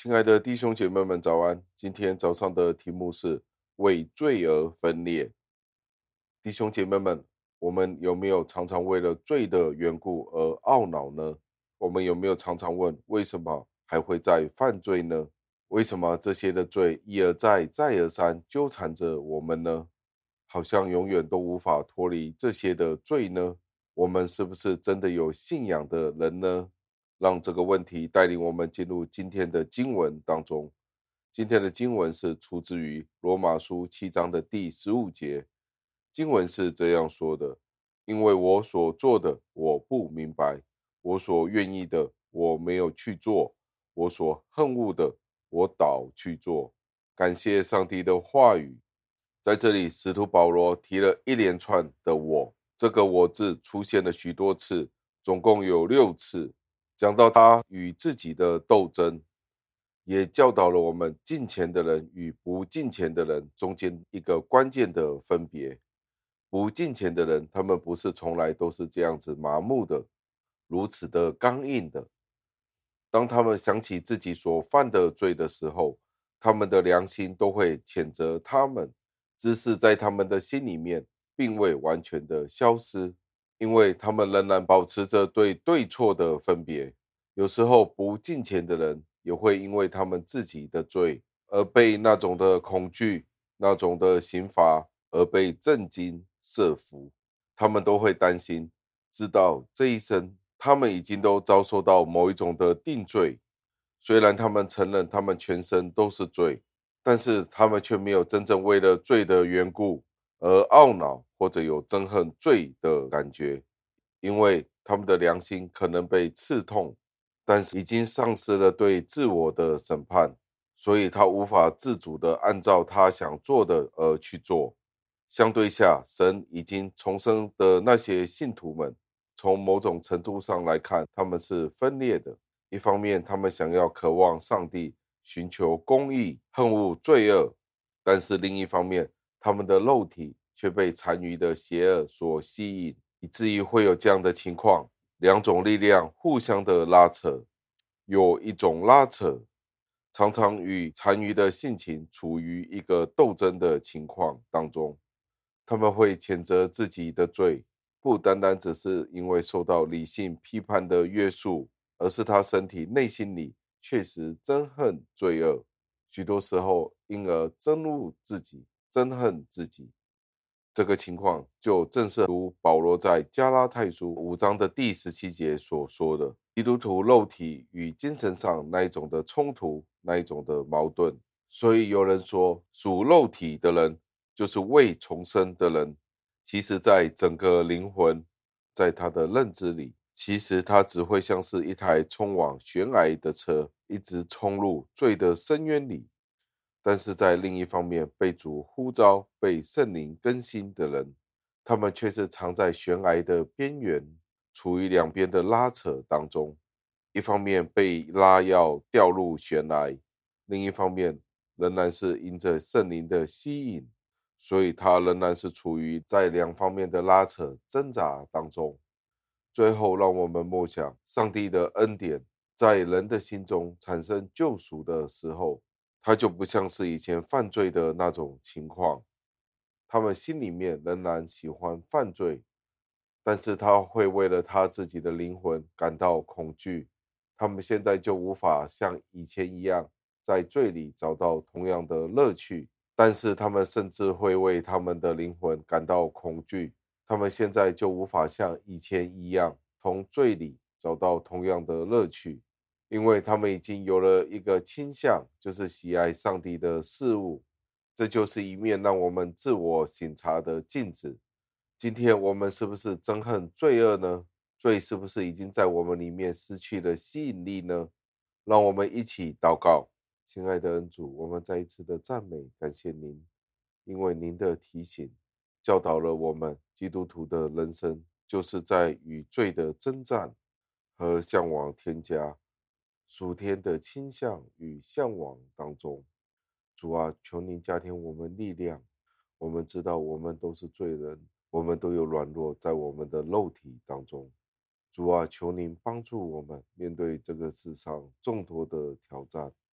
亲爱的弟兄姐妹们，早安！今天早上的题目是为罪而分裂。弟兄姐妹们，我们有没有常常为了罪的缘故而懊恼呢？我们有没有常常问，为什么还会再犯罪呢？为什么这些的罪一而再、再而三纠缠着我们呢？好像永远都无法脱离这些的罪呢？我们是不是真的有信仰的人呢？让这个问题带领我们进入今天的经文当中。今天的经文是出自于罗马书7章的第15节。经文是这样说的：因为我所做的我不明白，我所愿意的我没有去做，我所恨恶的我倒去做。感谢上帝的话语。在这里，使徒保罗提了一连串的我，这个我字出现了许多次，总共有6次，讲到他与自己的斗争，也教导了我们敬虔的人与不敬虔的人中间一个关键的分别。不敬虔的人，他们不是从来都是这样子麻木的，如此的刚硬的。当他们想起自己所犯的罪的时候，他们的良心都会谴责他们，只是在他们的心里面并未完全的消失，因为他们仍然保持着对对错的分别。有时候不敬虔的人也会因为他们自己的罪而被那种的恐惧、那种的刑罚而被震惊慑服。他们都会担心，知道这一生他们已经都遭受到某一种的定罪。虽然他们承认他们全身都是罪，但是他们却没有真正为了罪的缘故而懊恼或者有憎恨罪的感觉，因为他们的良心可能被刺痛，但是已经丧失了对自我的审判，所以他无法自主的按照他想做的而去做。相对下，神已经重生的那些信徒们，从某种程度上来看，他们是分裂的。一方面，他们想要渴望上帝，寻求公义，恨恶罪恶；但是另一方面，他们的肉体却被残余的邪恶所吸引，以至于会有这样的情况：两种力量互相的拉扯。有一种拉扯，常常与残余的性情处于一个斗争的情况当中。他们会谴责自己的罪，不单单只是因为受到理性批判的约束，而是他身体内心里确实憎恨罪恶，许多时候因而憎恶自己，憎恨自己。这个情况就正是如保罗在加拉太书5章的第17节所说的，基督徒肉体与精神上那一种的冲突，那一种的矛盾。所以有人说，属肉体的人就是未重生的人。其实在整个灵魂，在他的认知里，其实他只会像是一台冲往悬崖的车，一直冲入罪的深渊里。但是在另一方面，被主呼召、被圣灵更新的人，他们却是藏在悬崖的边缘，处于两边的拉扯当中。一方面被拉要掉入悬崖，另一方面仍然是因着圣灵的吸引，所以他仍然是处于在两方面的拉扯挣扎当中。最后让我们默想上帝的恩典在人的心中产生救赎的时候，他就不像是以前犯罪的那种情况。他们心里面仍然喜欢犯罪，但是他会为了他自己的灵魂感到恐惧。他们现在就无法像以前一样在罪里找到同样的乐趣，但是他们甚至会为他们的灵魂感到恐惧。他们现在就无法像以前一样从罪里找到同样的乐趣，因为他们已经有了一个倾向，就是喜爱上帝的事物。这就是一面让我们自我省察的镜子。今天我们是不是憎恨罪恶呢？罪是不是已经在我们里面失去了吸引力呢？让我们一起祷告。亲爱的恩主，我们再一次的赞美感谢您，因为您的提醒教导了我们基督徒的人生就是在与罪的征战和向往添加属天的倾向与向往当中。主啊，求您加添我们力量。我们知道我们都是罪人，我们都有软弱在我们的肉体当中。主啊，求您帮助我们面对这个世上众多的挑战，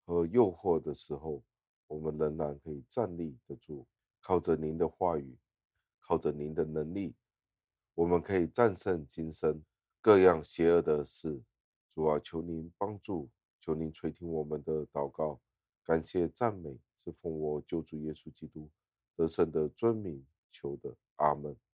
和诱惑的时候，我们仍然可以站立得住。靠着您的话语，靠着您的能力，我们可以战胜今生各样邪恶的事。主啊，求您帮助，求您垂听我们的祷告。感谢赞美，是奉我救主耶稣基督得胜的尊名求的。阿门。